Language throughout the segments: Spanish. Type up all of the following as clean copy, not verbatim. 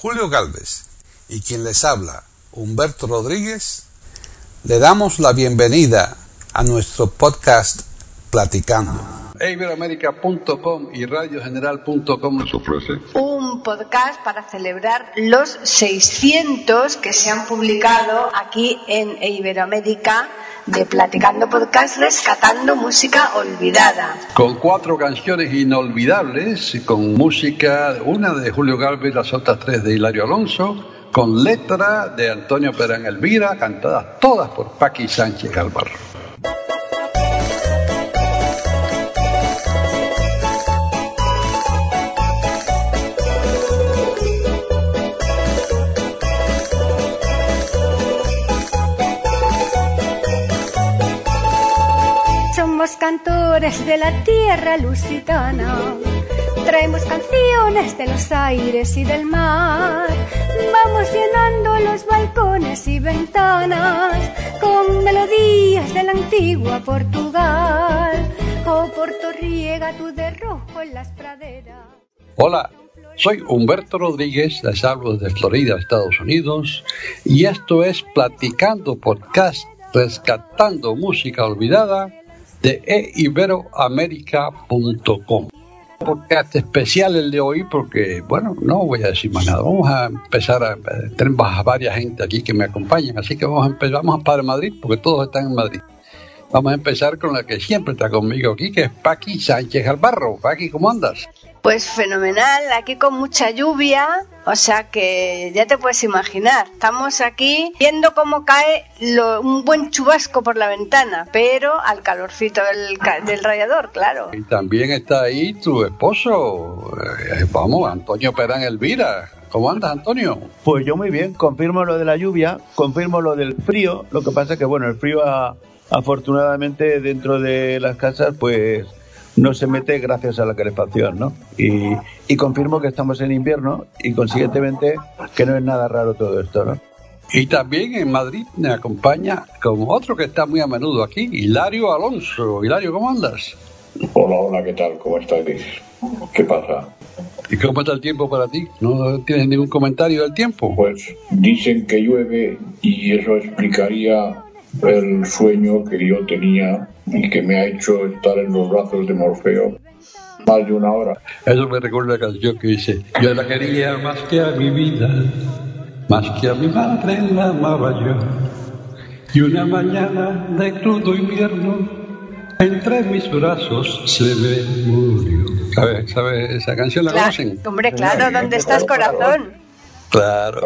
Julio Gálvez y quien les habla, Humberto Rodríguez, le damos la bienvenida a nuestro podcast Platicando. Iberoamerica.com y radiogeneral.com nos ofrece un podcast para celebrar los 600 que se han publicado aquí en Iberoamérica de Platicando Podcast, rescatando música olvidada. Con 4 canciones inolvidables, con música, una de Julio Gálvez, las otras 3 de Hilario Alonso, con letra de Antonio Perán Elvira, cantadas todas por Paqui Sánchez Galvarro. Somos cantores de la tierra lusitana, traemos canciones de los aires y del mar, vamos llenando los balcones y ventanas con melodías de la antigua Portugal. Oh, Portorriega, tú de rojo en las praderas. Hola, soy Humberto Rodríguez, les hablo desde Florida, Estados Unidos, y esto es Platicando Podcast, rescatando música olvidada de iberoamerica.com. Podcast especial el de hoy porque, bueno, no voy a decir más nada. Vamos a empezar tenemos a varias gente aquí que me acompañan, así que vamos para Madrid porque todos están en Madrid. Vamos a empezar con la que siempre está conmigo aquí, que es Paqui Sánchez Galvarro. Paqui, ¿cómo andas? Pues fenomenal, aquí con mucha lluvia, o sea que ya te puedes imaginar, estamos aquí viendo cómo cae un buen chubasco por la ventana, pero al calorcito del radiador, claro. Y también está ahí tu esposo, Antonio Perán Elvira. ¿Cómo andas, Antonio? Pues yo muy bien, confirmo lo de la lluvia, confirmo lo del frío, lo que pasa es que bueno, el frío afortunadamente dentro de las casas pues no se mete gracias a la calefacción, ¿no? Y confirmo que estamos en invierno y consiguientemente que no es nada raro todo esto, ¿no? Y también en Madrid me acompaña como otro que está muy a menudo aquí, Hilario Alonso. Hilario, ¿cómo andas? Hola, ¿qué tal? ¿Cómo estáis? ¿Qué pasa? ¿Y cómo está el tiempo para ti? ¿No tienes ningún comentario del tiempo? Pues dicen que llueve y eso explicaría el sueño que yo tenía y que me ha hecho estar en los brazos de Morfeo más de una hora. Eso me recuerda la canción que dice: yo la quería más que a mi vida, más que a mi madre la amaba yo, y una mañana de crudo invierno entre mis brazos se me murió. ¿Sabes? ¿Esa canción la conocen? Hombre, claro, ¿dónde estás, corazón? Claro.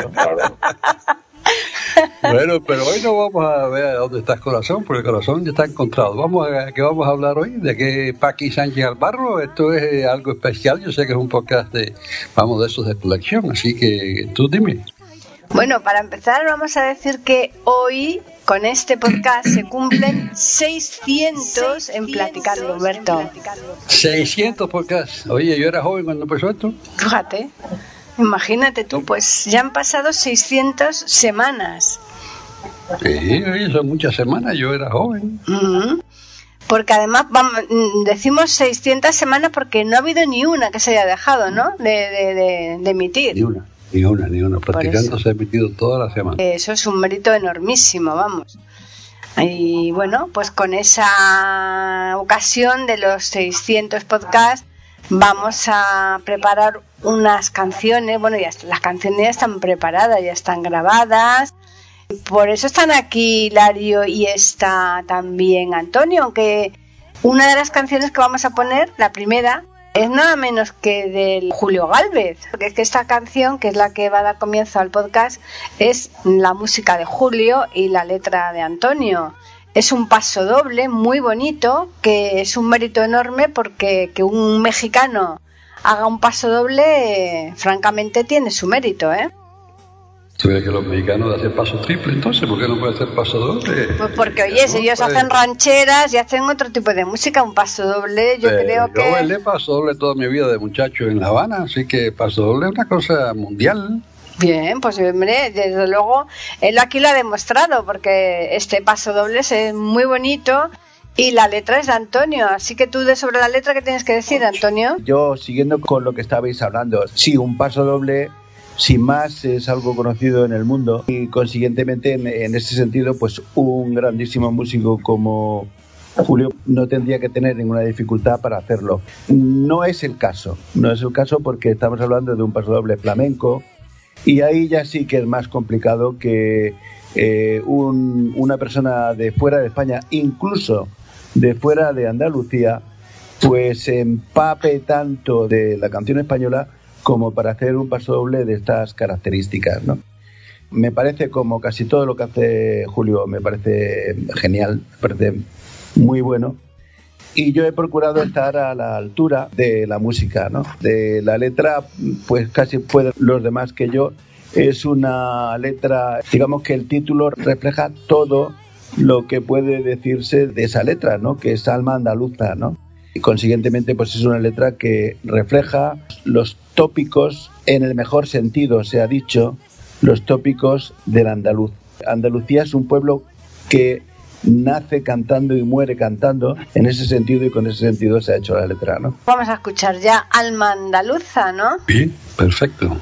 Bueno, pero hoy no vamos a ver a dónde está el corazón, porque el corazón ya está encontrado. ¿Qué vamos a hablar hoy? ¿De qué Paqui Sánchez Galvarro? Esto es algo especial. Yo sé que es un podcast de esos de colección, así que tú dime. Bueno, para empezar vamos a decir que hoy con este podcast se cumplen 600 en Platicando, Humberto. 600 podcasts. Oye, yo era joven cuando empezó esto. Fíjate. Imagínate tú, pues ya han pasado 600 semanas. Sí, son muchas semanas, yo era joven. Porque además decimos 600 semanas porque no ha habido ni una que se haya dejado, ¿no? De emitir. Ni una. Platicando se ha emitido toda la semana. Eso es un mérito enormísimo, vamos. Y bueno, pues con esa ocasión de los 600 podcasts vamos a preparar unas canciones. Bueno, las canciones ya están preparadas, ya están grabadas. Por eso están aquí Hilario y está también Antonio, aunque una de las canciones que vamos a poner, la primera, es nada menos que del Julio Gálvez, porque es que esta canción, que es la que va a dar comienzo al podcast, es la música de Julio y la letra de Antonio. Es un pasodoble muy bonito, que es un mérito enorme porque que un mexicano haga un pasodoble, francamente tiene su mérito, ¿eh? ¿Tú crees que los mexicanos hacen paso triple entonces? ¿Por qué no puede hacer paso doble? Pues porque, oye, si ellos hacen rancheras y hacen otro tipo de música, un paso doble, yo creo que... Yo bailé paso doble toda mi vida de muchacho en La Habana, así que paso doble es una cosa mundial. Bien, pues hombre, desde luego, él aquí lo ha demostrado, porque este paso doble es muy bonito y la letra es de Antonio, así que tú sobre la letra, ¿qué tienes que decir, Antonio? Yo, siguiendo con lo que estabais hablando, sí, un paso doble sin más es algo conocido en el mundo y consiguientemente en ese sentido pues un grandísimo músico como Julio no tendría que tener ninguna dificultad para hacerlo. No es el caso porque estamos hablando de un pasodoble flamenco y ahí ya sí que es más complicado que una persona de fuera de España, incluso de fuera de Andalucía, pues se empape tanto de la canción española como para hacer un pasodoble de estas características, ¿no? Me parece, como casi todo lo que hace Julio, me parece genial, me parece muy bueno. Y yo he procurado estar a la altura de la música, ¿no? De la letra, pues casi pueden los demás que yo. Es una letra, digamos que el título refleja todo lo que puede decirse de esa letra, ¿no? Que es alma andaluza, ¿no? Y consiguientemente pues es una letra que refleja los tópicos, en el mejor sentido se ha dicho, los tópicos del andaluz. Andalucía es un pueblo que nace cantando y muere cantando, en ese sentido, y con ese sentido se ha hecho la letra, ¿no? Vamos a escuchar ya Alma Andaluza, ¿no? Bien, perfecto.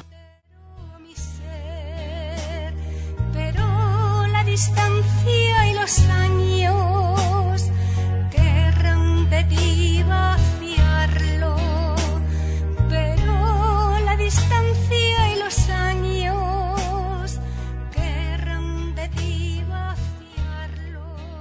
Pero la distancia y los años querrán de ti vaciarlo, pero la distancia y los años querrán de ti vaciarlo.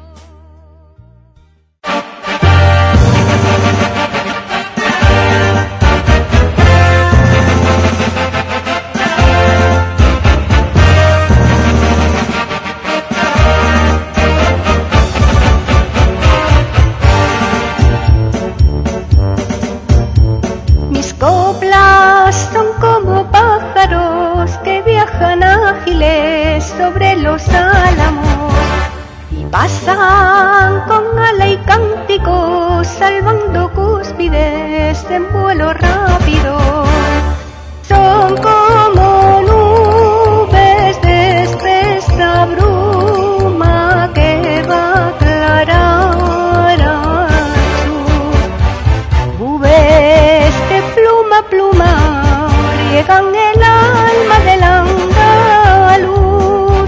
Coplas son como pájaros que viajan ágiles sobre los álamos y pasan con ala y cántico salvando cúspides en vuelo rápido. Son como nubes de espesa bruma que va a aclarar al sur. Nubes de pluma a pluma riegan el alma del andaluz.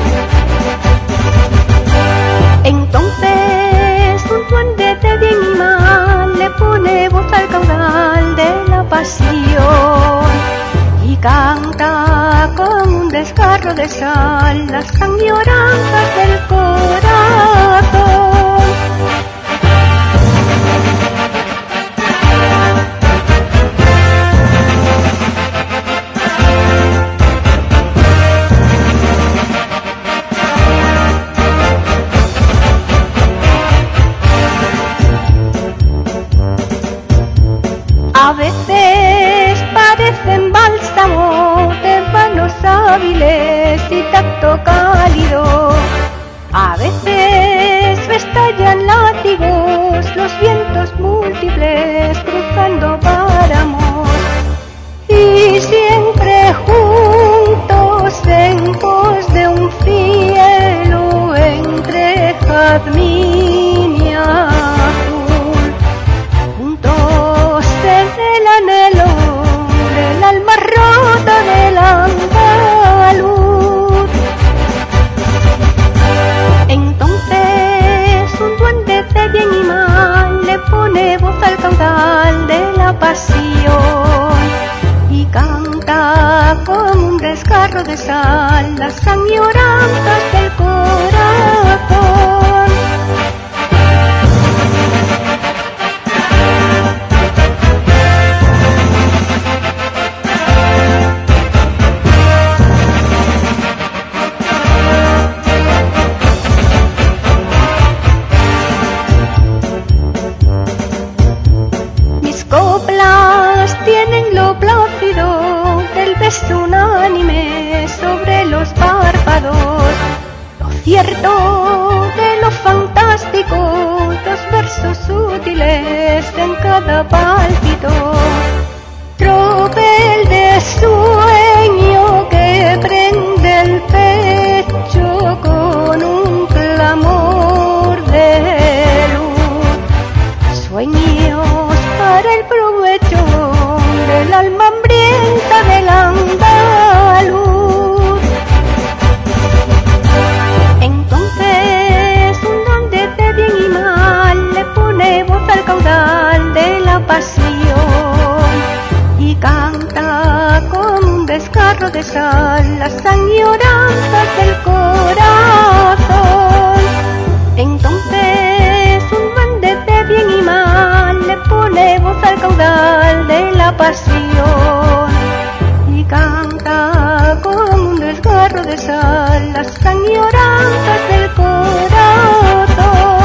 Entonces un duende de bien y mal le pone voz al caudal de la pasión y canta con un desgarro de sal las añoranzas del corazón. A veces parecen bálsamo de manos hábiles y tacto cálido. A veces estallan látigos los vientos múltiples cruzando páramos. Y siempre juntos en pos de un cielo entre jazmín y azul. Juntos en el anhelo del alma rota del andaluz. Entonces un duende de bien y mal le pone voz al caudal de la pasión y canta con un desgarro de sal las añoranzas del corazón. Coplas tienen lo plácido del beso unánime sobre los párpados, lo cierto de lo fantástico, los versos útiles en cada pálpito, tropel de sueño que prende el pecho con un clamor de luz, sueños para el provecho del alma hambrienta del andaluz. desgarro de sal las añoranzas del corazón. Entonces un duende de bien y mal le pone voz al caudal de la pasión y canta con un desgarro de sal las añoranzas del corazón.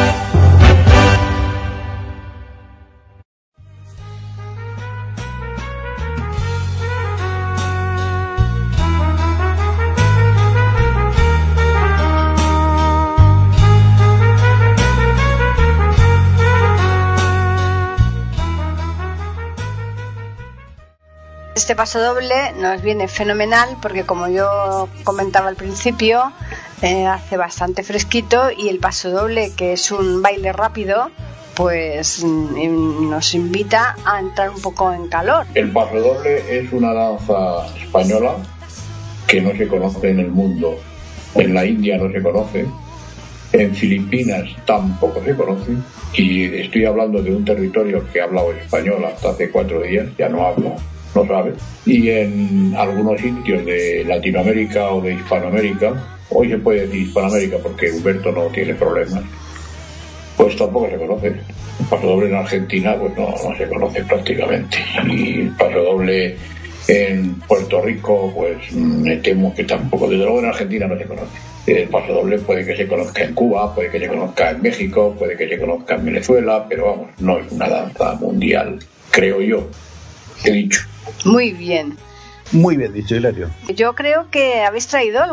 Este paso doble nos viene fenomenal porque, como yo comentaba al principio, hace bastante fresquito, y el paso doble, que es un baile rápido, pues nos invita a entrar un poco en calor. El paso doble es una danza española que no se conoce en el mundo. En la India no se conoce, en Filipinas tampoco se conoce, y estoy hablando de un territorio que ha hablado español hasta hace 4 días, ya no habla, no sabe, y en algunos sitios de Latinoamérica o de Hispanoamérica, hoy se puede decir Hispanoamérica porque Humberto no tiene problemas, pues tampoco se conoce. El paso doble en Argentina pues no se conoce prácticamente, y el paso doble en Puerto Rico pues me temo que tampoco, desde luego en Argentina no se conoce. El paso doble puede que se conozca en Cuba, puede que se conozca en México, puede que se conozca en Venezuela, pero vamos, no es una danza mundial, creo yo. He dicho. Muy bien. Muy bien dicho, Hilario. Yo creo que habéis traído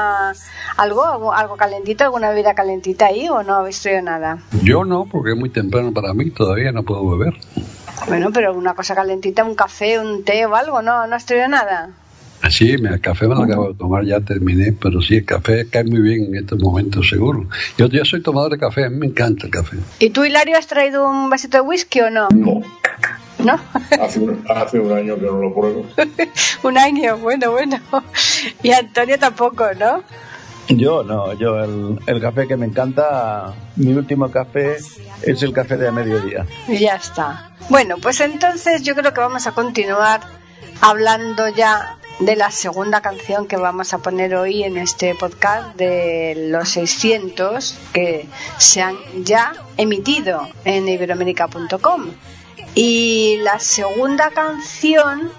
algo calentito, alguna bebida calentita ahí, ¿o no habéis traído nada? Yo no, porque es muy temprano para mí, todavía no puedo beber. Bueno, pero una cosa calentita, un café, un té o algo, ¿no has traído nada? Sí, el café me lo acabo de tomar, ya terminé, pero sí, el café cae muy bien en estos momentos, seguro. Yo soy tomador de café, a mí me encanta el café. ¿Y tú, Hilario, has traído un vasito de whisky o no? No. ¿No? Hace un año que no lo pruebo. Un año, bueno. Y Antonio tampoco, ¿no? Yo no, el café que me encanta, mi último café es el café de a mediodía. Y ya está. Bueno, pues entonces yo creo que vamos a continuar hablando ya de la segunda canción que vamos a poner hoy en este podcast, de los 600 que se han ya emitido en iberoamerica.com. Y la segunda canción,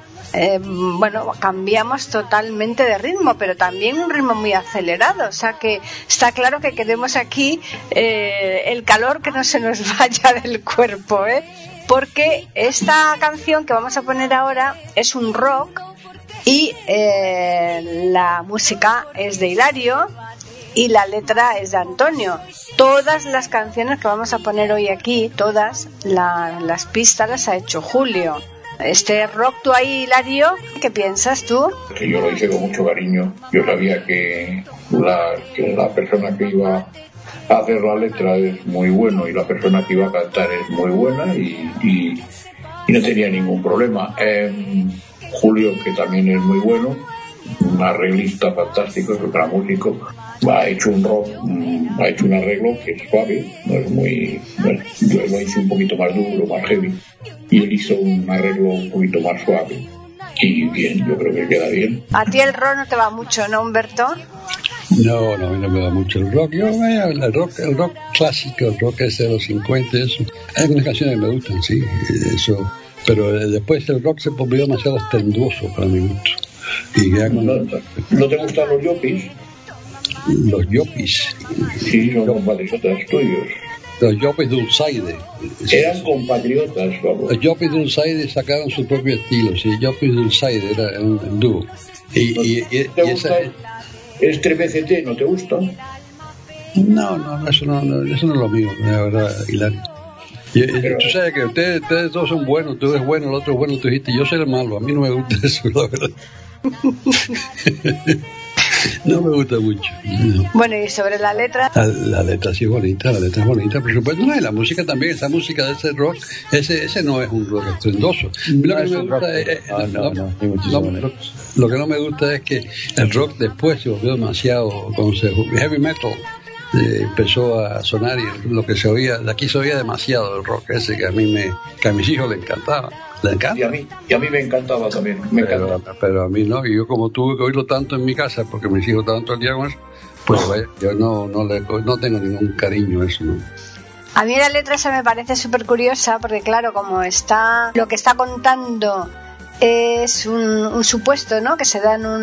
cambiamos totalmente de ritmo, pero también un ritmo muy acelerado. O sea que está claro que queremos aquí el calor que no se nos vaya del cuerpo, porque esta canción que vamos a poner ahora es un rock y la música es de Hilario y la letra es de Antonio. Todas las canciones que vamos a poner hoy aquí, todas las pistas las ha hecho Julio. Este rock, tú ahí, Hilario, ¿qué piensas tú? Que yo lo hice con mucho cariño. Yo sabía que la persona que iba a hacer la letra es muy bueno y la persona que iba a cantar es muy buena, y no tenía ningún problema. Julio, que también es muy bueno, un arreglista fantástico, es otro músico, ha hecho un rock, ha hecho un arreglo que es suave, no es muy, yo lo hice un poquito más duro, más heavy, y él hizo un arreglo un poquito más suave, y bien, yo creo que queda bien. A ti el rock no te va mucho, ¿no, Humberto? No, a mí no me da mucho el rock. El rock clásico, el rock ese de los 50, eso. Hay algunas canciones que me gustan, sí, eso. Pero después el rock se volvió demasiado estenduoso para mi gusto. Y ya ¿No te gustan los yopis? Los yopis. Sí, son compatriotas tuyos. Los yopis de Ulsaide. Eran compatriotas, vamos. Los yopis de Ulsaide sacaron su propio estilo, sí. Yopis de Ulsaide era un dúo. ¿Te gusta Estremecete? ¿No te gusta? No, eso no es lo mío, la verdad, Hilario. Pero, tú sabes que ustedes todos son buenos, tú eres bueno, el otro es bueno, tú dijiste, yo soy el malo, a mí no me gusta eso, la verdad. No me gusta mucho. No. Bueno, y sobre la letra. La letra sí es bonita, por supuesto. No, y la música también, esa música de ese rock, ese no es un rock estrendoso. Lo que no me gusta lo que no me gusta es que el rock después se volvió demasiado, cuando heavy metal empezó a sonar, y lo que se oía, de aquí se oía demasiado el rock ese que a mis hijos les encantaba. ¿Le encanta? Y a mí me encantaba también, me encanta. Pero a mí no, y yo como tuve que oírlo tanto en mi casa, porque mis hijos estaban todo el día con eso, pues vaya, yo no tengo ningún cariño a eso, ¿no? A mí la letra esa me parece súper curiosa, porque claro, como está, lo que está contando es un supuesto, ¿no? Que se da en un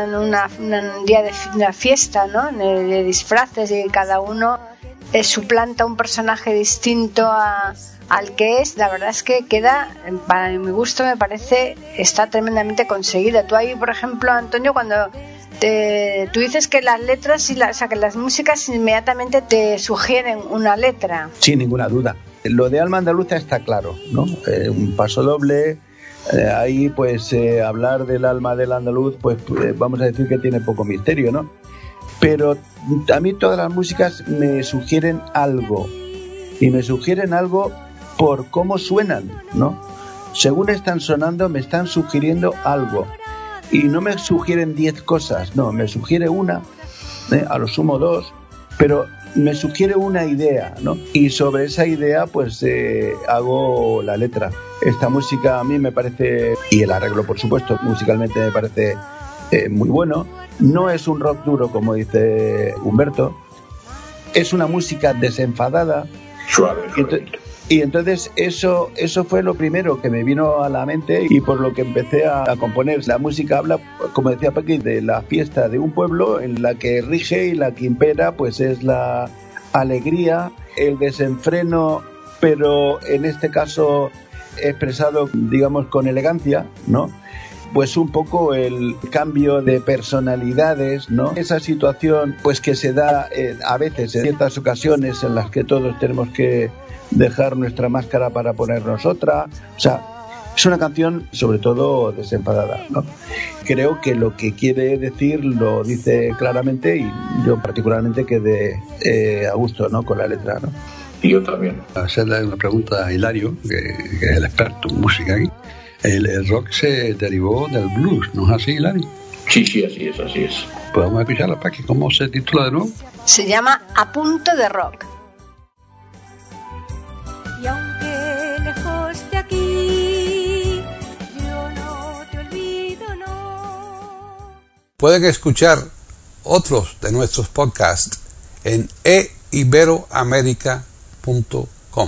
día de una fiesta, ¿no? De disfraces, y cada uno suplanta un personaje distinto al que es. La verdad es que queda, para mi gusto, me parece, está tremendamente conseguida. Tú ahí, por ejemplo, Antonio, cuando tú dices que las letras o sea, que las músicas inmediatamente te sugieren una letra. Sin ninguna duda. Lo de Alma Andaluza está claro, ¿no? Un paso doble. Ahí, pues, hablar del alma del andaluz, pues, vamos a decir que tiene poco misterio, ¿no? Pero a mí todas las músicas me sugieren algo. Y me sugieren algo por cómo suenan, ¿no? Según están sonando, me están sugiriendo algo. Y no me sugieren 10 cosas, no, me sugiere una, a lo sumo 2, pero me sugiere una idea, ¿no? Y sobre esa idea, pues, hago la letra. Esta música a mí me parece, y el arreglo, por supuesto, musicalmente me parece muy bueno. No es un rock duro, como dice Humberto. Es una música desenfadada. Suave. Y entonces eso fue lo primero que me vino a la mente, y por lo que empecé a componer. La música habla, como decía Paqui, de la fiesta de un pueblo en la que rige y la que impera, pues, es la alegría, el desenfreno, pero en este caso expresado, digamos, con elegancia, ¿no? Pues un poco el cambio de personalidades, ¿no? Esa situación, pues, que se da a veces en ciertas ocasiones en las que todos tenemos que dejar nuestra máscara para ponernos otra. O sea, es una canción sobre todo desenfadada, ¿no? Creo que lo que quiere decir lo dice claramente, y yo particularmente quedé a gusto, ¿no?, con la letra, ¿no? Y yo también. Hacerle una pregunta a Hilario, que es el experto en música aquí. El rock se derivó del blues, ¿no es así, Hilario? Sí, así es. ¿Podemos escucharla, Paqui? ¿Cómo se titula de nuevo? Se llama A Punto de Rock. Y aunque lejos de aquí, yo no te olvido, no. Pueden escuchar otros de nuestros podcasts en eiberoamerica.com.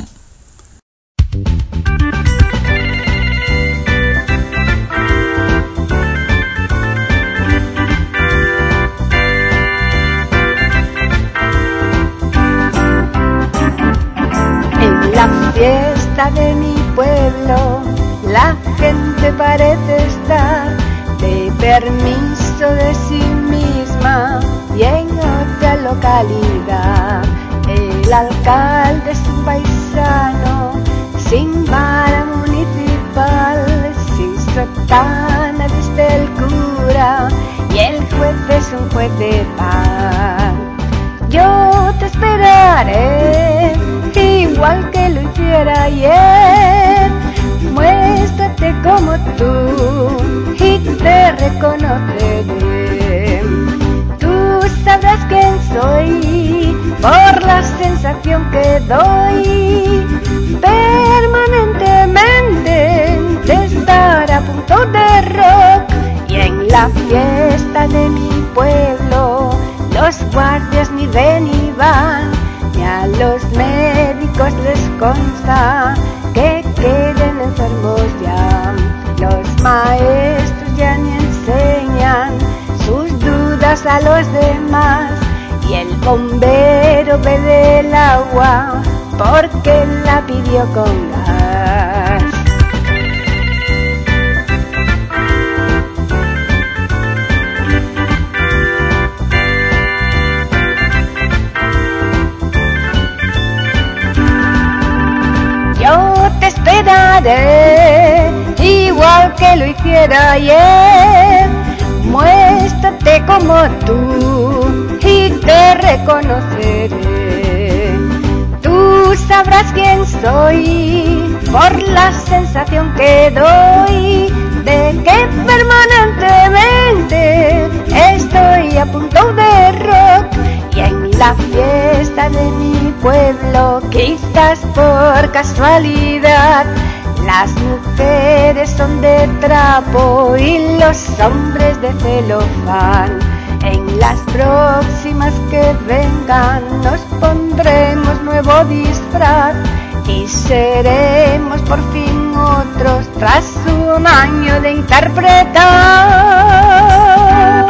La fiesta de mi pueblo, la gente parece estar de permiso de sí misma y en otra localidad. El alcalde es un paisano, sin vara municipal, sin sotana desde el cura, y el juez es un juez de paz. Yo te esperaré, igual que lo hiciera ayer. Muéstrate como tú y te reconoceré. Tú sabrás quién soy por la sensación que doy. Permanentemente de estar a punto de rock. Y en la fiesta de mi pueblo los guardias ni ven ni van, y a los médicos les consta que queden enfermos ya. Los maestros ya ni enseñan sus dudas a los demás, y el bombero bebe el agua porque la pidió con gas. Yo te esperaré, igual que lo hiciera ayer. Muéstrate como tú y te reconoceré. Tú sabrás quién soy por la sensación que doy de que permanentemente estoy a punto de rock. Y en la fiesta de mi pueblo, quizás por casualidad, Las mujeres son de trapo y los hombres de celofán. En las próximas que vengan nos pondremos nuevo disfraz y seremos por fin otros tras un año de interpretar.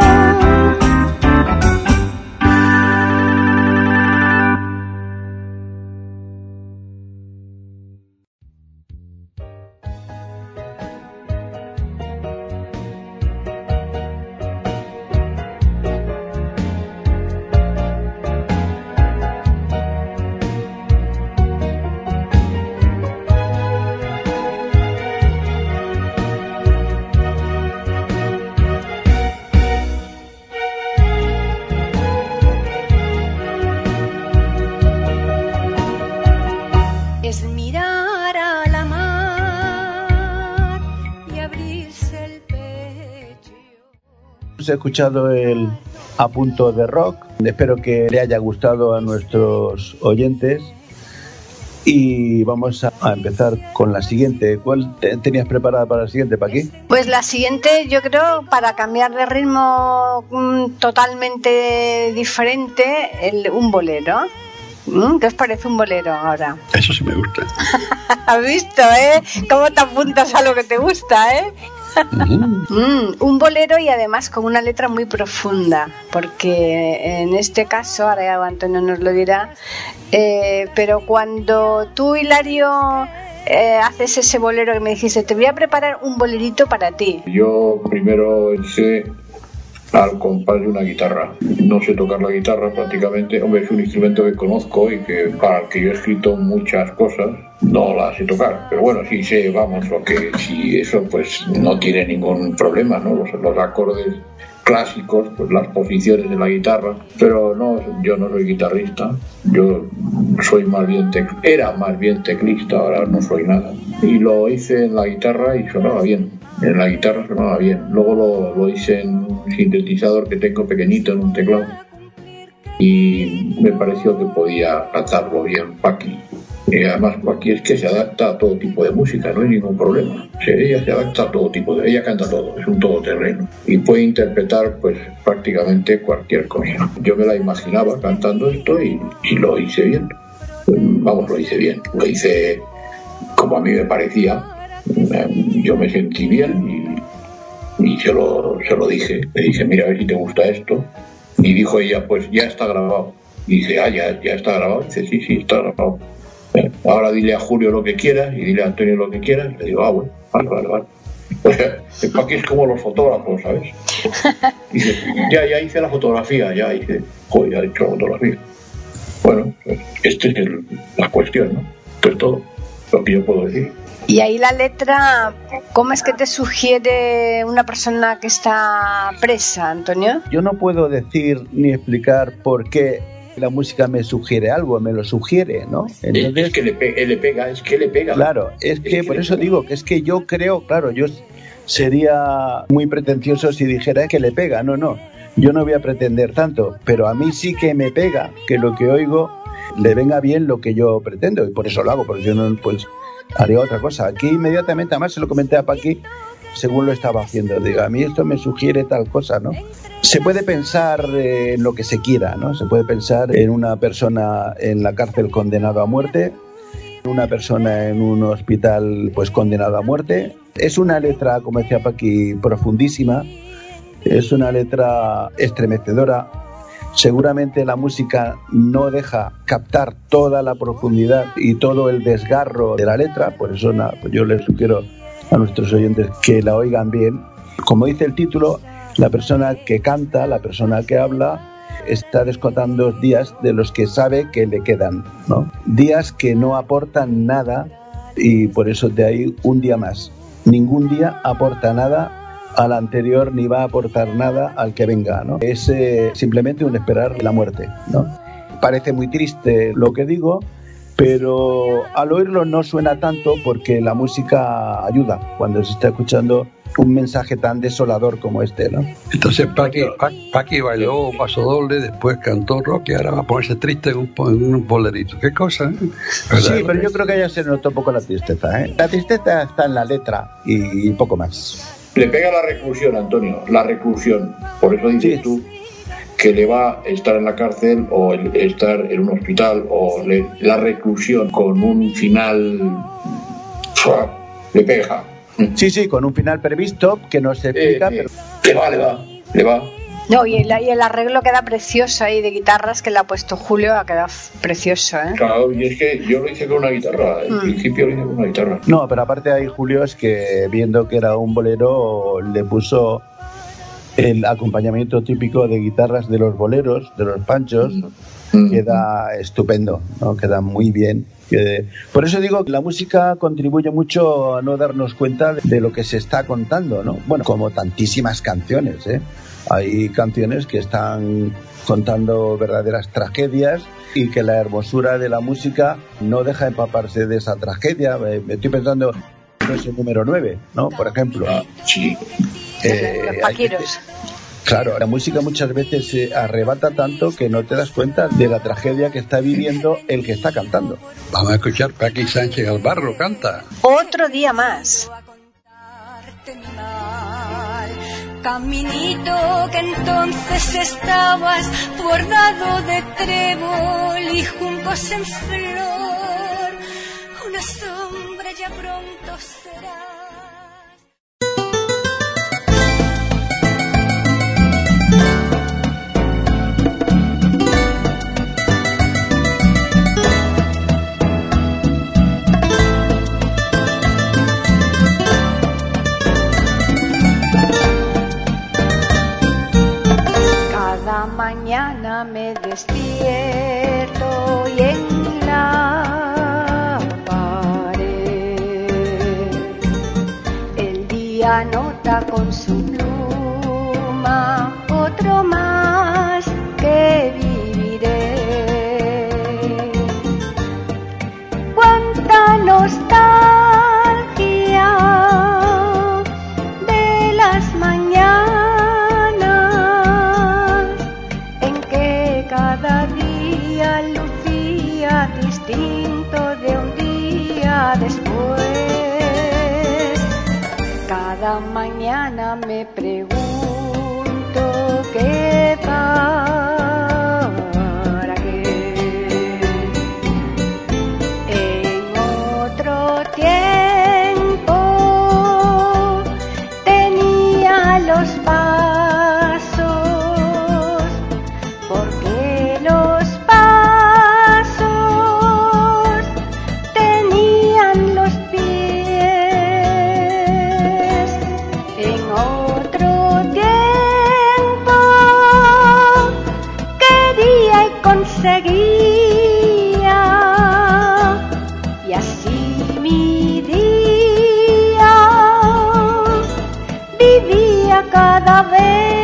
He escuchado el A Punto de Rock. Espero que le haya gustado a nuestros oyentes. Y vamos a empezar con la siguiente. ¿Cuál tenías preparada para la siguiente, Paqui? Pues la siguiente, yo creo, para cambiar de ritmo totalmente diferente, un bolero. ¿Qué os parece un bolero ahora? Eso sí me gusta. ¿Has visto, cómo te apuntas a lo que te gusta, un bolero, y además con una letra muy profunda, porque en este caso, ahora ya Antonio nos lo dirá, pero cuando tú, Hilario, haces ese bolero que me dijiste, te voy a preparar un bolerito para ti. Yo primero sé al compás de una guitarra. No sé tocar la guitarra prácticamente. Hombre, es un instrumento que conozco y que para el que yo he escrito muchas cosas, no la sé tocar. Pero bueno, sí sé, vamos, lo que sí, eso pues no tiene ningún problema, ¿no? Los acordes clásicos, pues las posiciones de la guitarra. Pero no, yo no soy guitarrista. Yo soy era más bien teclista, ahora no soy nada. Y lo hice en la guitarra y sonaba bien. En la guitarra sonaba bien. Luego lo hice en un sintetizador que tengo pequeñito, en un teclado. Y me pareció que podía cantarlo bien Paqui. Y además Paqui es que se adapta a todo tipo de música, no hay ningún problema. Ella se adapta a todo tipo ella canta todo, es un todoterreno. Y puede interpretar pues prácticamente cualquier cosa. Yo me la imaginaba cantando esto y lo hice bien. Vamos, lo hice bien. Lo hice como a mí me parecía. Yo me sentí bien y se lo dije. Le dije, mira, a ver si te gusta esto. Y dijo ella, pues ya está grabado. Y dice, ya está grabado. Dice, sí, está grabado. Ahora dile a Julio lo que quieras y dile a Antonio lo que quieras. Y le digo, bueno, vale. O sea, Paqui es como los fotógrafos, ¿sabes? Dice, ya hice la fotografía, ya he hecho la fotografía. Bueno, pues esta es la cuestión, ¿no? Esto es todo lo que yo puedo decir. Y ahí la letra, ¿cómo es que te sugiere una persona que está presa, Antonio? Yo no puedo decir ni explicar por qué la música me sugiere algo, me lo sugiere, ¿no? Entonces, es que le pega. Claro, es que por eso digo que es que yo creo, claro, yo sería muy pretencioso si dijera que le pega, no. Yo no voy a pretender tanto, pero a mí sí que me pega que lo que oigo le venga bien lo que yo pretendo, y por eso lo hago, porque yo no, pues haría otra cosa. Aquí inmediatamente, además se lo comenté a Paqui según lo estaba haciendo, digo, a mí esto me sugiere tal cosa, ¿no? Se puede pensar en lo que se quiera, ¿no? Se puede pensar en una persona en la cárcel condenado a muerte, una persona en un hospital pues condenado a muerte. Es una letra, como decía Paqui, profundísima, es una letra estremecedora. Seguramente la música no deja captar toda la profundidad y todo el desgarro de la letra, por eso pues yo les sugiero a nuestros oyentes que la oigan bien. Como dice el título, la persona que canta, la persona que habla, está descontando días de los que sabe que le quedan, ¿no? Días que no aportan nada, y por eso de ahí un día más. Ningún día aporta nada al anterior ni va a aportar nada al que venga, ¿no? Es simplemente un esperar la muerte, ¿no? Parece muy triste lo que digo, pero al oírlo no suena tanto porque la música ayuda. Cuando se está escuchando un mensaje tan desolador como este, ¿no? Entonces Paqui bailó paso doble, después cantó rock y ahora va a ponerse triste en un bolerito. ¿Qué cosa? Sí, pero yo creo que ya se notó un poco la tristeza, ¿eh? La tristeza está en la letra y poco más. Le pega la reclusión, Antonio, la reclusión. Por eso dices tú que le va a estar en la cárcel o estar en un hospital o la reclusión con un final le pega. Sí, con un final previsto que no se explica, pero... Le va. No, y el arreglo queda precioso ahí de guitarras que le ha puesto Julio, ha quedado precioso, ¿eh? Claro, y es que yo lo hice con una guitarra, en principio lo hice con una guitarra. No, pero aparte ahí Julio es que viendo que era un bolero le puso el acompañamiento típico de guitarras de los boleros, de los panchos, queda estupendo, ¿no? Queda muy bien. Por eso digo que la música contribuye mucho a no darnos cuenta de lo que se está contando, ¿no? Bueno, como tantísimas canciones, ¿eh? Hay canciones que están contando verdaderas tragedias y que la hermosura de la música no deja empaparse de esa tragedia. Me estoy pensando en ese número 9, ¿no? Por ejemplo. Sí. Los Paquiros. Claro, la música muchas veces se arrebata tanto que no te das cuenta de la tragedia que está viviendo el que está cantando. Vamos a escuchar Paqui Sánchez Galvarro, canta. Otro día más. Caminito que entonces estabas bordado de trébol y juncos en flor, una sombra ya pronto será. Mañana me despierto y en la pared el día anota con su pluma otro más que viviré. Cuánta nostalgia de las mañanas cada día lucía distinto de un día después. Cada mañana me pregunto qué para qué. En otro tiempo tenía los pasos, porque los pasos tenían los pies. En otro tiempo quería y conseguía, y así mi día vivía cada vez.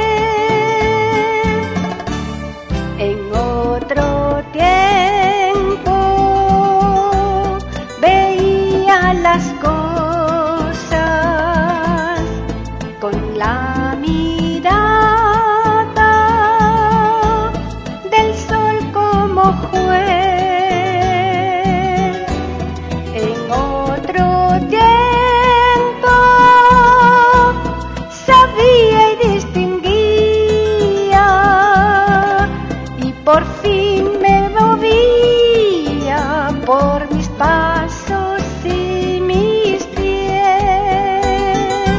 En otro tiempo veía las cosas con la mirada del sol como juez. En otro tiempo sabía y distinguía, y por fin me movía por mis pasos y mis pies.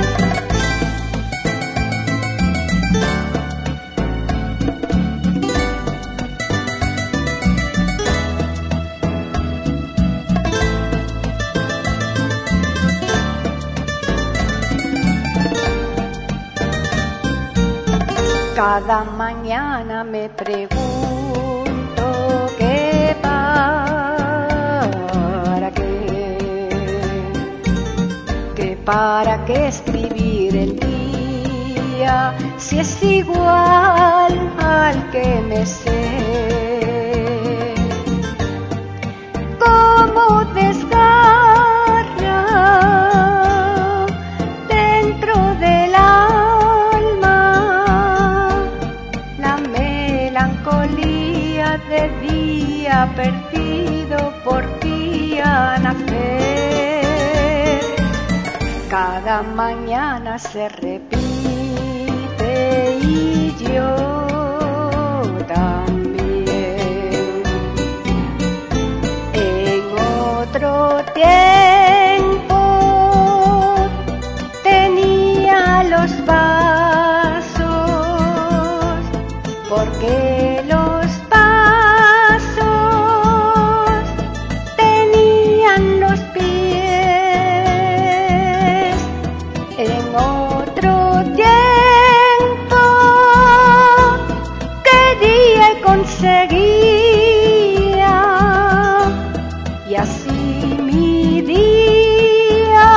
Cada mañana me pregunto qué para qué escribir el día si es igual al que me sé. Cómo desgarra dentro luna de día perdido por ti a nacer. Cada mañana se repite y yo también. En otro tiempo tenía los pasos, porque los pasos tenían los pies. En otro tiempo quería y conseguía, y así mi día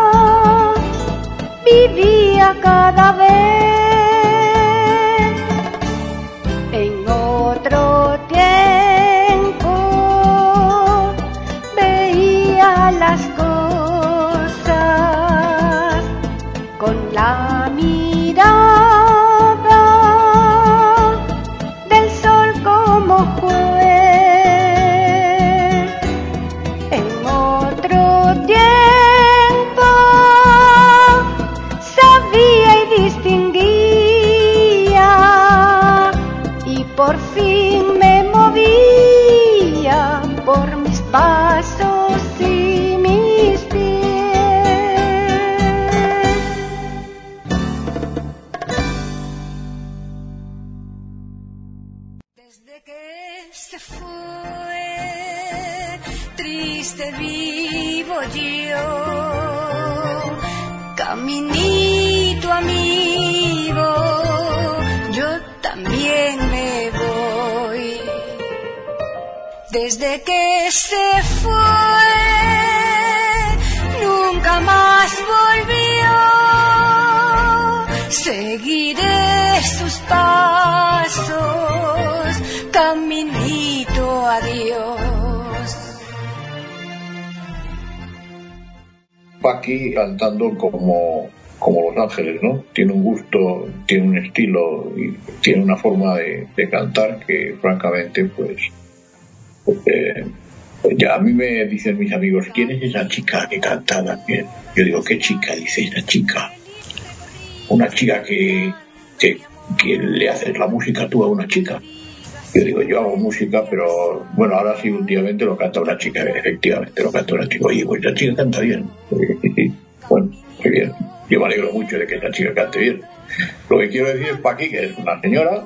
vivía cada vez. En otro tiempo veía las cosas con la mirada del sol como juez. En otro tiempo sabía y distinguía, y por fin me movía por mis pasos y mis pies. Desde que se fue, triste vivo yo, caminito amigo, yo también me voy. Desde que se fue, nunca más volvió. Seguiré sus pasos, caminito adiós. Paqui cantando como Los Ángeles, ¿no? Tiene un gusto, tiene un estilo y tiene una forma de cantar que francamente pues ya a mí me dicen mis amigos, ¿quién es esa chica que canta también? Yo digo, ¿qué chica? Dice, esa chica. Una chica que le haces la música tú a una chica. Yo digo, yo hago música, pero bueno, ahora sí últimamente lo canta una chica, efectivamente lo canta una chica. Oye, pues la chica canta bien. Bueno, muy bien. Yo me alegro mucho de que esta chica cante bien. Lo que quiero decir es Paqui, que es una señora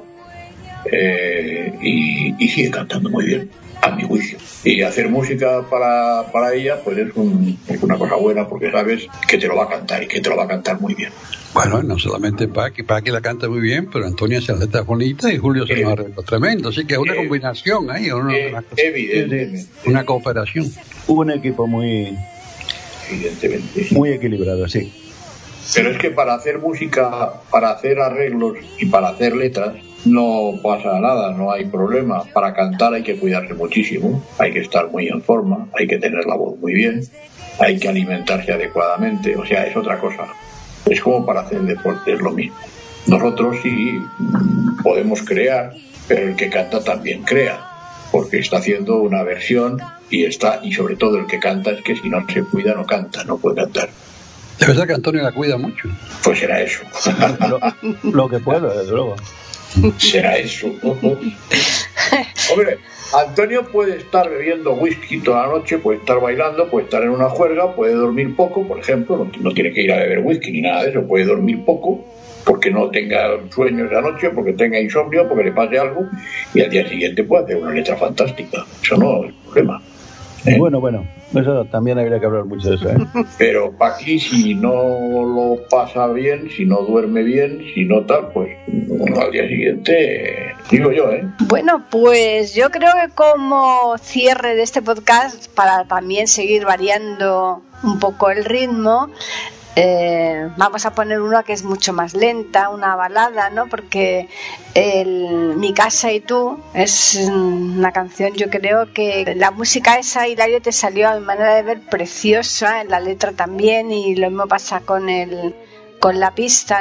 y sigue cantando muy bien, a mi juicio. Y hacer música para ella pues es una cosa buena, porque sabes que te lo va a cantar y que te lo va a cantar muy bien. Bueno, no solamente Paqui la canta muy bien, pero Antonio hace letras bonitas y Julio se nos arregla tremendo, así que es una combinación ahí, evidentemente. Una cooperación. Un equipo muy equilibrado, sí. Pero es que para hacer música, para hacer arreglos y para hacer letras no pasa nada, no hay problema. Para cantar hay que cuidarse muchísimo, hay que estar muy en forma, hay que tener la voz muy bien, hay que alimentarse adecuadamente, o sea, es otra cosa. Es como para hacer deporte, es lo mismo. Nosotros sí podemos crear, pero el que canta también crea, porque está haciendo una versión y sobre todo el que canta es que si no se cuida no canta, no puede cantar. De verdad que Antonio la cuida mucho. Pues será eso. Lo que puedo, desde luego. Será eso. Hombre, Antonio puede estar bebiendo whisky toda la noche, puede estar bailando, puede estar en una juerga, puede dormir poco, por ejemplo, no tiene que ir a beber whisky ni nada de eso, puede dormir poco, porque no tenga sueño esa noche, porque tenga insomnio, porque le pase algo, y al día siguiente puede hacer una letra fantástica. Eso no es problema. Bueno, eso también habría que hablar mucho de eso, Pero Paqui, si no lo pasa bien, si no duerme bien, si no tal, pues al día siguiente, digo yo, Bueno, pues yo creo que como cierre de este podcast, para también seguir variando un poco el ritmo, vamos a poner una que es mucho más lenta, una balada, ¿no? Porque Mi casa y tú es una canción, yo creo que la música esa, Hilario, te salió a mi manera de ver preciosa, en la letra también, y lo mismo pasa con la pista, ¿no?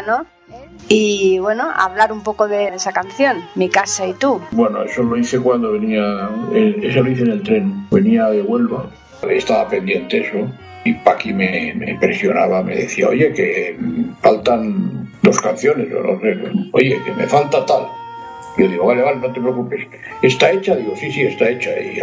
y bueno, hablar un poco de esa canción, Mi casa y tú. Bueno, eso lo hice cuando venía, eso lo hice en el tren, venía de Huelva, estaba pendiente eso, y Paqui me presionaba, me decía, oye, que faltan 2 canciones, o no sé, oye, que me falta tal. Yo digo, vale, no te preocupes, ¿está hecha? Digo, sí, está hecha, y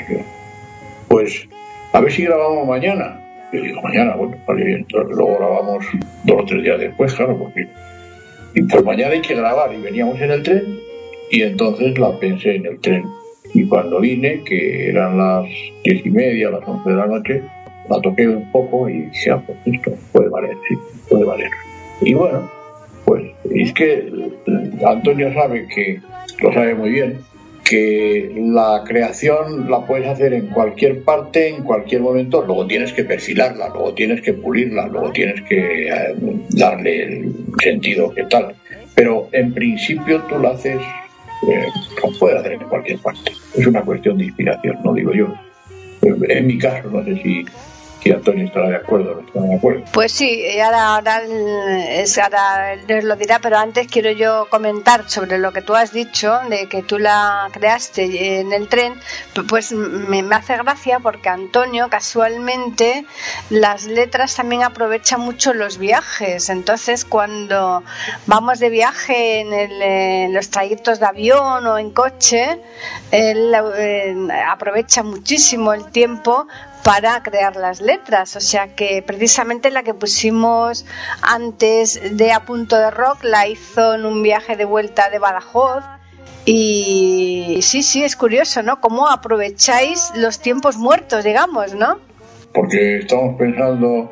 pues a ver si grabamos mañana. Yo digo, mañana, bueno, vale, bien. Entonces, luego grabamos 2 o 3 días después, claro, porque... Y pues mañana hay que grabar, y veníamos en el tren, y entonces la pensé en el tren. Y cuando vine, que eran las 10:30, las 11 de la noche, la toqué un poco y dije, pues esto puede valer, sí, puede valer. Y bueno, pues es que Antonio sabe que, lo sabe muy bien, que la creación la puedes hacer en cualquier parte, en cualquier momento, luego tienes que perfilarla, luego tienes que pulirla, luego tienes que darle el sentido que tal. Pero en principio tú la haces, lo puedes hacer en cualquier parte. Es una cuestión de inspiración, no digo yo. En mi caso, no sé si Antonio estará de acuerdo o no estará de acuerdo. Pues sí, ahora él lo dirá, pero antes quiero yo comentar sobre lo que tú has dicho, de que tú la creaste en el tren. Pues me hace gracia porque Antonio casualmente las letras también aprovecha mucho los viajes. Entonces cuando vamos de viaje en los trayectos de avión o en coche, él aprovecha muchísimo el tiempo para crear las letras, o sea que precisamente la que pusimos antes de A Punto de Rock la hizo en un viaje de vuelta de Badajoz. Y sí, es curioso, ¿no? Cómo aprovecháis los tiempos muertos, digamos, ¿no? Porque estamos pensando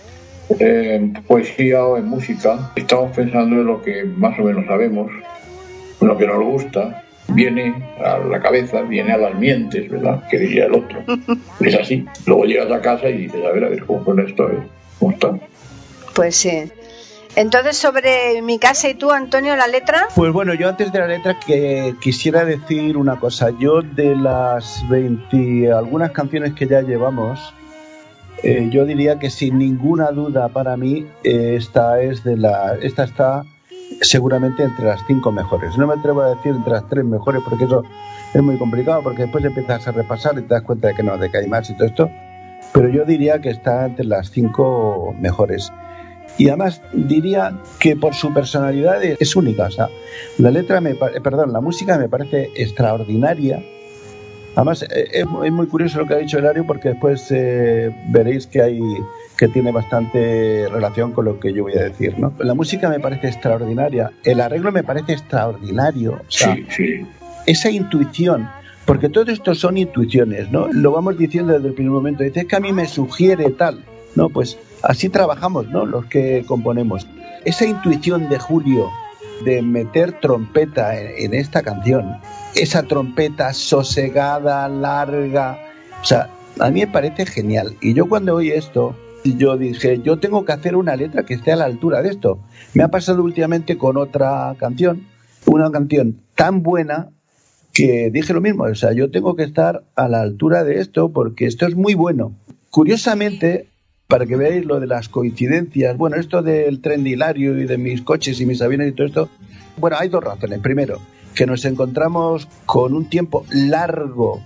en poesía o en música, estamos pensando en lo que más o menos sabemos, en lo que nos gusta. Viene a la cabeza, viene a las mientes, ¿verdad? Que diría el otro. Es así. Luego llegas a casa y dices, a ver, ¿cómo suena esto? ¿Cómo está? Pues sí. Entonces, sobre Mi casa y tú, Antonio, ¿la letra? Pues bueno, yo antes de la letra que quisiera decir una cosa. Yo de las 20 algunas canciones que ya llevamos, yo diría que sin ninguna duda para mí esta está seguramente entre las 5 mejores. No me atrevo a decir entre las 3 mejores porque eso es muy complicado, porque después empiezas a repasar y te das cuenta de que no, de que hay más y todo esto, pero yo diría que está entre las 5 mejores. Y además diría que por su personalidad es única. O sea, la música me parece extraordinaria. Además es muy curioso lo que ha dicho Hilario, porque después veréis que tiene bastante relación con lo que yo voy a decir, ¿no? La música me parece extraordinaria, el arreglo me parece extraordinario, o sea, sí. Esa intuición, porque todo esto son intuiciones, ¿no? Lo vamos diciendo desde el primer momento, dices que a mí me sugiere tal, ¿no? Pues así trabajamos, ¿no? Los que componemos. Esa intuición de Julio de meter trompeta en esta canción, esa trompeta sosegada, larga, o sea, a mí me parece genial. Y yo cuando oí esto, yo dije, yo tengo que hacer una letra que esté a la altura de esto. Me ha pasado últimamente con otra canción, una canción tan buena que dije lo mismo, o sea, yo tengo que estar a la altura de esto porque esto es muy bueno. Curiosamente, para que veáis lo de las coincidencias, bueno, esto del tren de Hilario y de mis coches y mis aviones y todo esto, bueno, hay 2 razones. Primero, que nos encontramos con un tiempo largo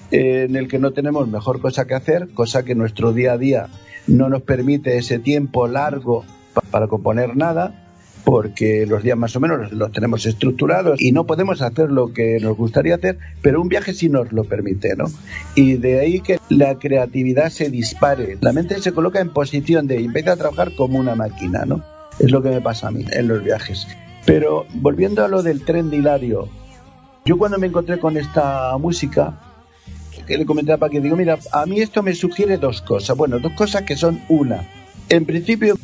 en el que no tenemos mejor cosa que hacer, cosa que nuestro día a día no nos permite ese tiempo largo para componer nada, porque los días más o menos los tenemos estructurados y no podemos hacer lo que nos gustaría hacer, pero un viaje sí nos lo permite, ¿no? Y de ahí que la creatividad se dispare, la mente se coloca en posición de empieza a trabajar como una máquina, ¿no? Es lo que me pasa a mí en los viajes. Pero volviendo a lo del tren de Hilario, yo cuando me encontré con esta música, que le comenté a Paqui, digo, mira, a mí esto me sugiere 2 cosas. Bueno, 2 cosas que son una. En principio,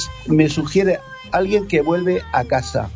me sugiere alguien que vuelve a casa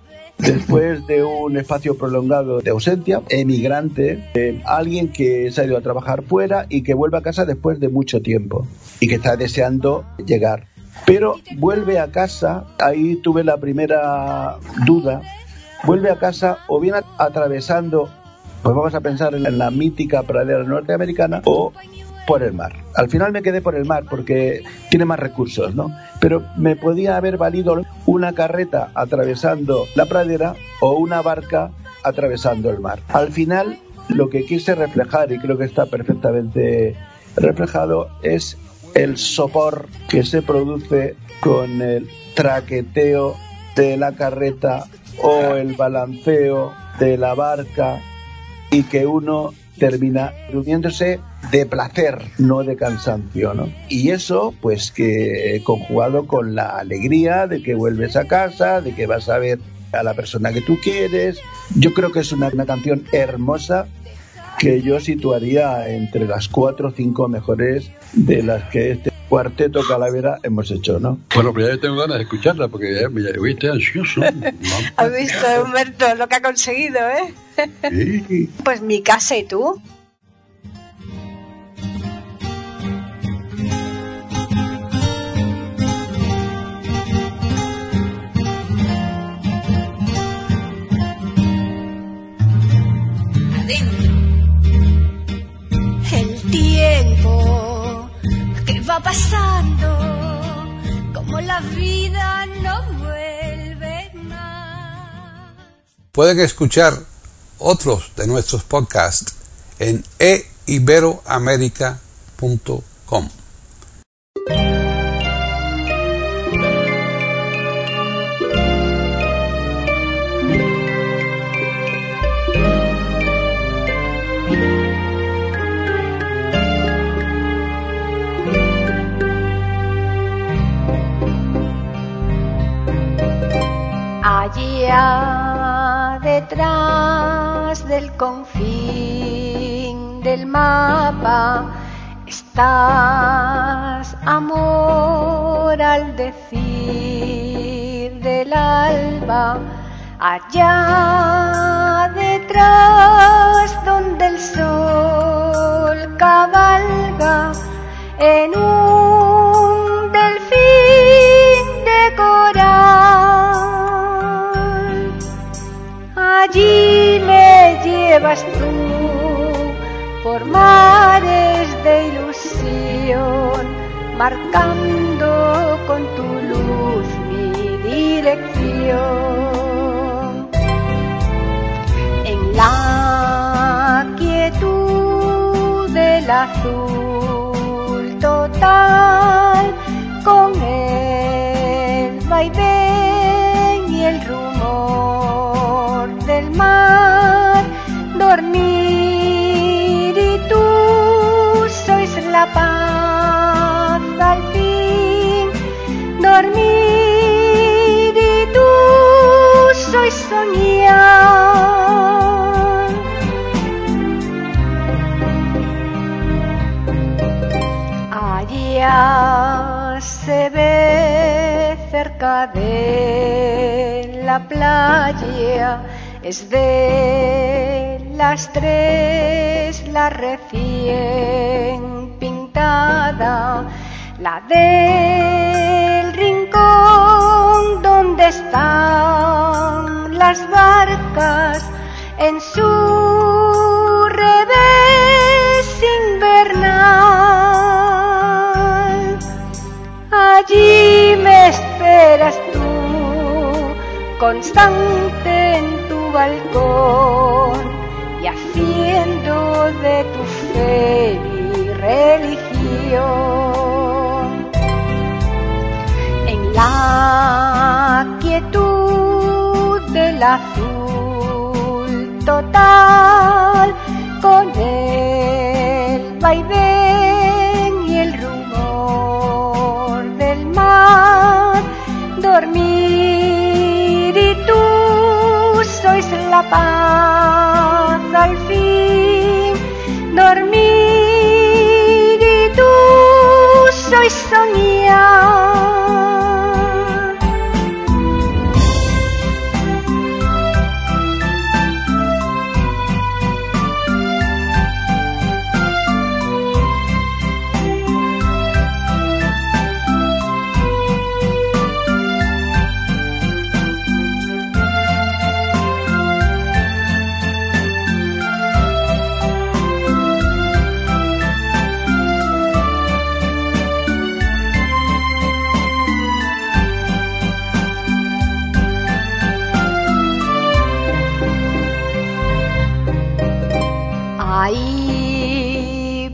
después de un espacio prolongado de ausencia, emigrante, alguien que se ha ido a trabajar fuera y que vuelve a casa después de mucho tiempo y que está deseando llegar. Pero vuelve a casa, ahí tuve la primera duda, vuelve a casa o bien atravesando, pues vamos a pensar en la mítica pradera norteamericana, o por el mar. Al final me quedé por el mar porque tiene más recursos, ¿no? Pero me podía haber valido una carreta atravesando la pradera o una barca atravesando el mar. Al final, lo que quise reflejar, y creo que está perfectamente reflejado, es el sopor que se produce con el traqueteo de la carreta o el balanceo de la barca, y que uno termina durmiéndose de placer, no de cansancio, ¿no? Y eso, pues, que conjugado con la alegría de que vuelves a casa, de que vas a ver a la persona que tú quieres. Yo creo que es una canción hermosa que yo situaría entre las 4 o 5 mejores de las que este Cuarteto Calavera hemos hecho, ¿no? Bueno, pues ya tengo ganas de escucharla porque ya me estoy ansioso. ¿Has visto, Humberto, lo que ha conseguido, eh? Sí. Pues Mi casa y tú. El tiempo que va pasando, como la vida no vuelve más. Pueden escuchar otros de nuestros podcasts en eiberoamerica.com. Allá detrás del confín del mapa estás, amor, al decir del alba. Allá detrás donde el sol cabalga en un delfín de coral. Allí me llevas tú por mares de ilusión, marcando con tu luz mi dirección. En la quietud del azul total, con el vaivén y el rumor del mar, dormir y tú sois la paz al fin. Dormir y tú sois soñar. Allá se ve cerca de la playa, es de las 3 la recién pintada, la del rincón donde están las barcas en su revés invernal. Allí me esperas tú, constante en tu balcón, y haciendo de tu fe mi religión. En la quietud del azul total, con el vaivén y el rumor del mar, dormir y tú sois la paz al fin. Dormir y tú sois soñar.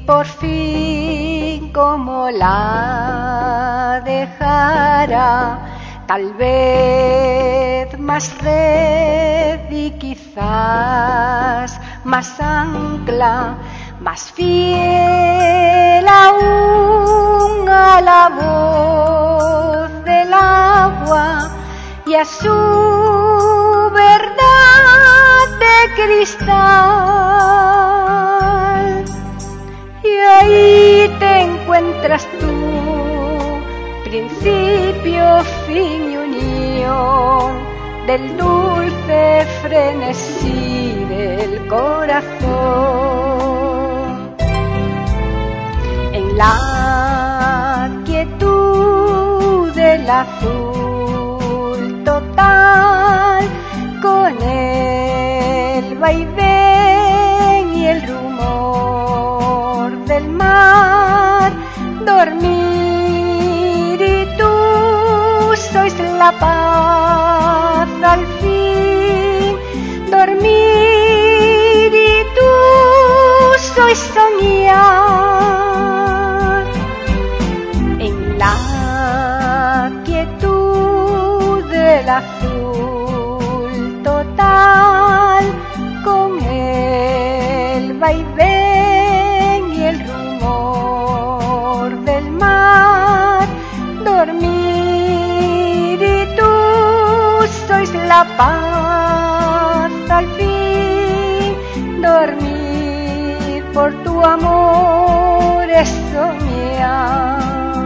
por fin cómo la dejara, tal vez más red y quizás más ancla, más fiel aún a la voz del agua y a su verdad de cristal. Y ahí te encuentras tú, principio, fin y unión del dulce frenesí del corazón. En la quietud del azul total, con el vaivén y el rumor del mar, dormir y tú sois la paz al fin, dormir y tú sois soñar. En la quietud del azul total, con el vaivén y el rumor del mar, dormir y tú sois la paz al fin, dormir por tu amor es soñar.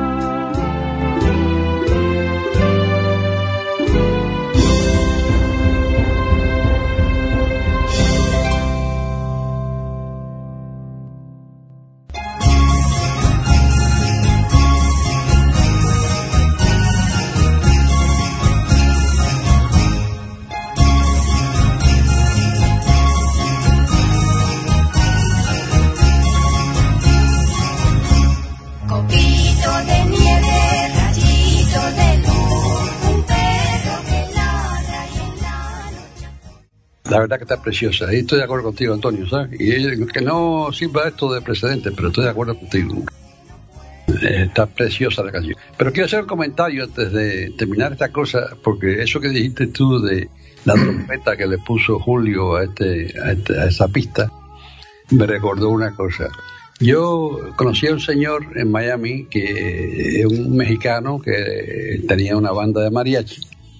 La verdad que está preciosa. Y estoy de acuerdo contigo, Antonio, ¿sabes? Y que no sirva esto de precedente, pero estoy de acuerdo contigo. Está preciosa la canción. Pero quiero hacer un comentario antes de terminar esta cosa, porque eso que dijiste tú de la trompeta que le puso Julio a esa pista, me recordó una cosa. Yo conocí a un señor en Miami, que es un mexicano que tenía una banda de mariachi.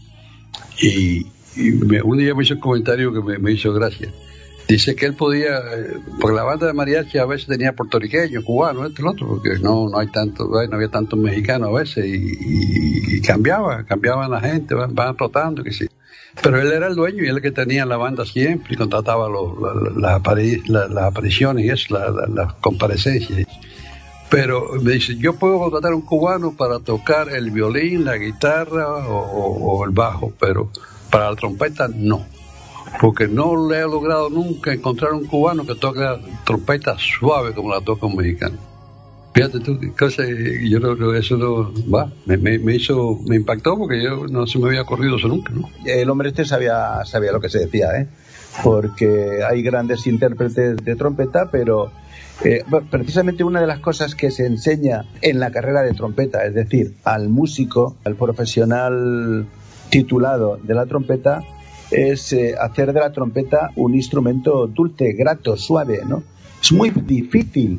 Y un día me hizo un comentario que me hizo gracia. Dice que él podía, porque la banda de mariachi a veces tenía puertorriqueños, cubanos, el otro, porque no había tantos mexicanos a veces, y cambiaban la gente, van rotando, que sí. Pero él era el dueño y él el que tenía la banda siempre y contrataba las apariciones y eso, las comparecencias. Pero me dice, yo puedo contratar a un cubano para tocar el violín, la guitarra o el bajo, pero para la trompeta no, porque no le he logrado nunca encontrar un cubano que toque la trompeta suave como la toca un mexicano. Fíjate tú, qué cosa, yo no, eso no va, me impactó porque yo no se me había ocurrido eso nunca, ¿no? El hombre sabía lo que se decía, porque hay grandes intérpretes de trompeta, pero precisamente una de las cosas que se enseña en la carrera de trompeta, es decir, al músico, al profesional titulado de la trompeta, es hacer de la trompeta un instrumento dulce, grato, suave, ¿no? Es muy difícil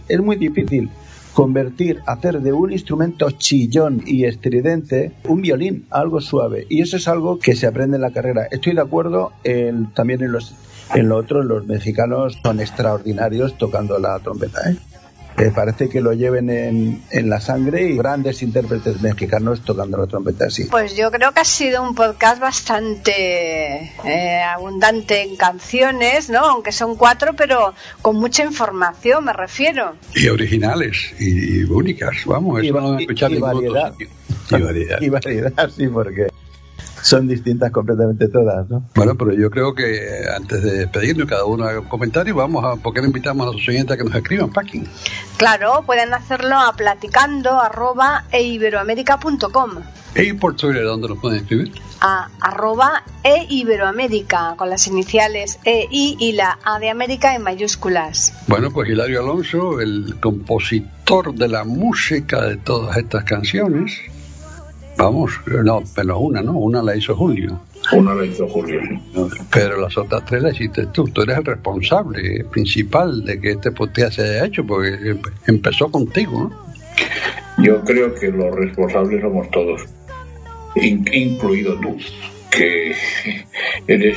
hacer de un instrumento chillón y estridente un violín, algo suave, y eso es algo que se aprende en la carrera. Estoy de acuerdo también en lo otro, los mexicanos son extraordinarios tocando la trompeta, parece que lo lleven en la sangre, y grandes intérpretes mexicanos tocando la trompeta así. Pues yo creo que ha sido un podcast bastante abundante en canciones, ¿no? Aunque son 4, pero con mucha información, me refiero. Y originales, y únicas, vamos, eso no escuchar y variedad. Y variedad, sí, porque son distintas completamente todas, ¿no? Bueno, pero yo creo que antes de despedirnos, cada uno haga un comentario, ¿por qué no invitamos a los oyentes a que nos escriban, Paqui? Claro, pueden hacerlo a platicando@eiberoamerica.com. ¿Y por Twitter dónde lo pueden escribir? A @eiberoamérica, con las iniciales EI y la A de América en mayúsculas. Bueno, pues Hilario Alonso, el compositor de la música de todas estas canciones. Vamos, no, pero una la hizo Julio. Una la hizo Julio, sí. Pero las otras 3 las hiciste tú. Tú eres el responsable principal de que este podcast se haya hecho, porque empezó contigo, ¿no? Yo creo que los responsables somos todos, incluido tú, que eres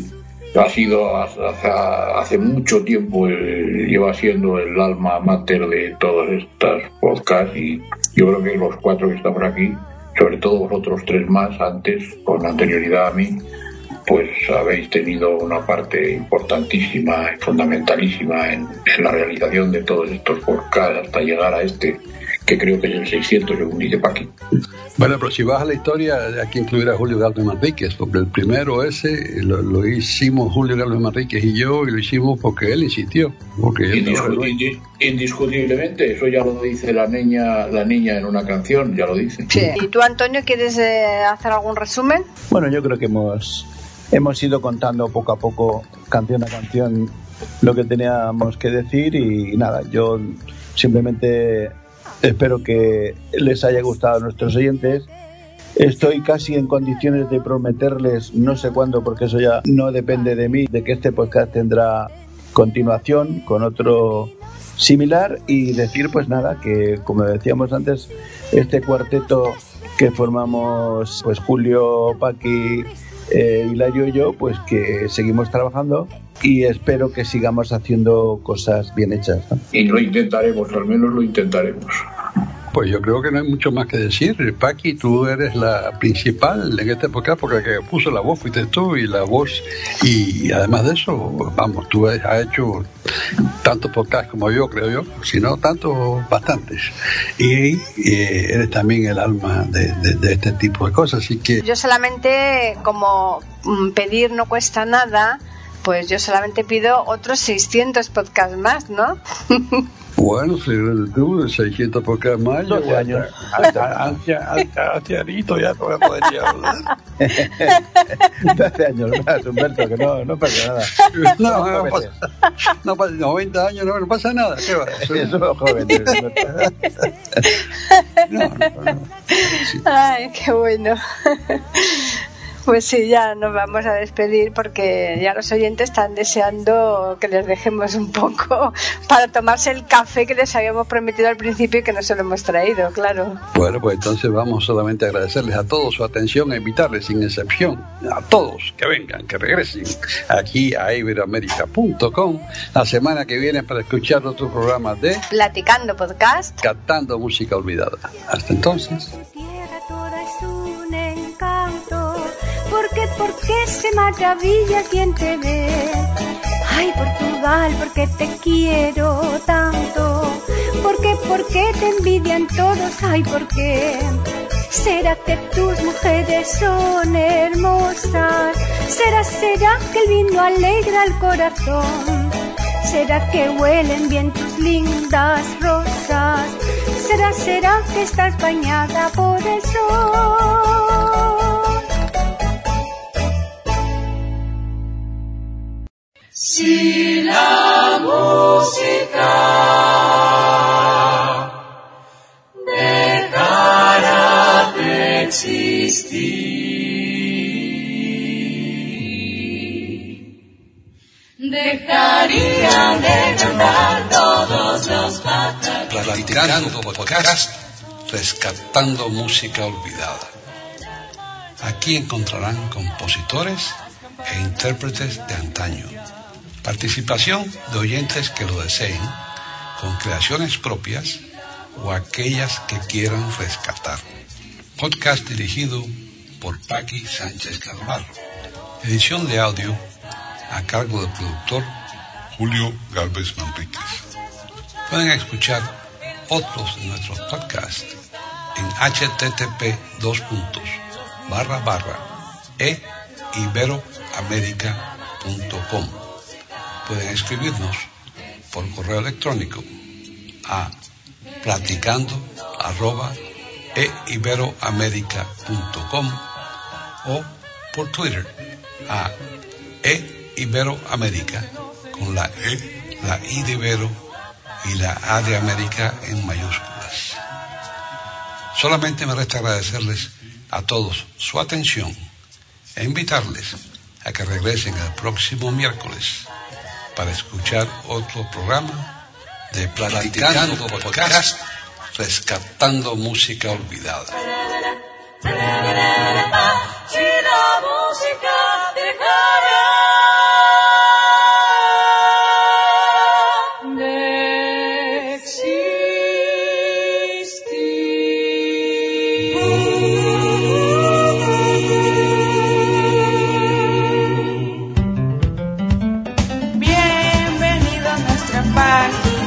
hace mucho tiempo lleva siendo el alma mater de todas estas podcasts, y yo creo que los 4 que estamos aquí, sobre todo vosotros 3 más antes, con anterioridad a mí, pues habéis tenido una parte importantísima y fundamentalísima en la realización de todos estos podcasts hasta llegar a este, que creo que es el 600, según dice Paqui. Bueno, pero si vas a la historia, hay que incluir a Julio Galvez Manríquez, porque el primero ese lo hicimos Julio Galvez Manríquez y yo, y lo hicimos porque él insistió. Indiscutiblemente, eso ya lo dice la niña en una canción, ya lo dice. Sí. ¿Y tú, Antonio, quieres hacer algún resumen? Bueno, yo creo que hemos ido contando poco a poco, canción a canción, lo que teníamos que decir, y nada, yo simplemente espero que les haya gustado a nuestros oyentes. Estoy casi en condiciones de prometerles, no sé cuándo, porque eso ya no depende de mí, de que este podcast tendrá continuación con otro similar, y decir pues nada, que como decíamos antes, este cuarteto que formamos pues Julio, Paqui, Hilario y yo, pues que seguimos trabajando y espero que sigamos haciendo cosas bien hechas, ¿no? Y lo intentaremos, al menos lo intentaremos. Pues yo creo que no hay mucho más que decir. Paqui, tú eres la principal en este podcast, porque el que puso la voz fuiste tú, y la voz, y además de eso, vamos, tú has hecho tantos podcasts como yo, creo yo, si no tantos, bastantes, y eres también el alma de este tipo de cosas, así que... Yo solamente, como pedir no cuesta nada, pues yo solamente pido otros 600 podcasts más, ¿no? Bueno, si tú 600 podcasts más, 12 años. Ancianito ya no me podría hablar. 12 años más, Humberto, que no pasa nada. No pasa 90 años, no pasa nada. ¿Qué va? Eso joven. No. Sí. Ay, qué bueno. Pues sí, ya nos vamos a despedir, porque ya los oyentes están deseando que les dejemos un poco para tomarse el café que les habíamos prometido al principio y que no se lo hemos traído, claro. Bueno, pues entonces vamos solamente a agradecerles a todos su atención, a invitarles sin excepción a todos que vengan, que regresen aquí a iberoamerica.com la semana que viene para escuchar otros programas de Platicando Podcast, Cantando Música Olvidada. Hasta entonces. Porque se maravilla quien te ve. Ay, Portugal, porque te quiero tanto. Porque te envidian todos. Ay, ¿por qué? ¿Será que tus mujeres son hermosas? ¿Será que el vino alegra el corazón? ¿Será que huelen bien tus lindas rosas? ¿Será que estás bañada por el sol? Si la música dejara de existir, dejarían de cantar todos los pájaros. Platicando Podcast, rescatando música olvidada. Aquí encontrarán compositores e intérpretes de antaño. Participación de oyentes que lo deseen, con creaciones propias o aquellas que quieran rescatar. Podcast dirigido por Paqui Sánchez Carvalho. Edición de audio a cargo del productor Julio Galvez Manríquez. Pueden escuchar otros de nuestros podcasts en http://iberoamerica.com. Pueden escribirnos por correo electrónico a platicando@eiberoamerica.com. eiberoamerica.com o por Twitter a eiberoamerica con la E, la I de Ibero y la A de América en mayúsculas. Solamente me resta agradecerles a todos su atención e invitarles a que regresen el próximo miércoles para escuchar otro programa de Platicando Podcast, rescatando música olvidada. Si la música dejara de existir. Bienvenido a nuestra página.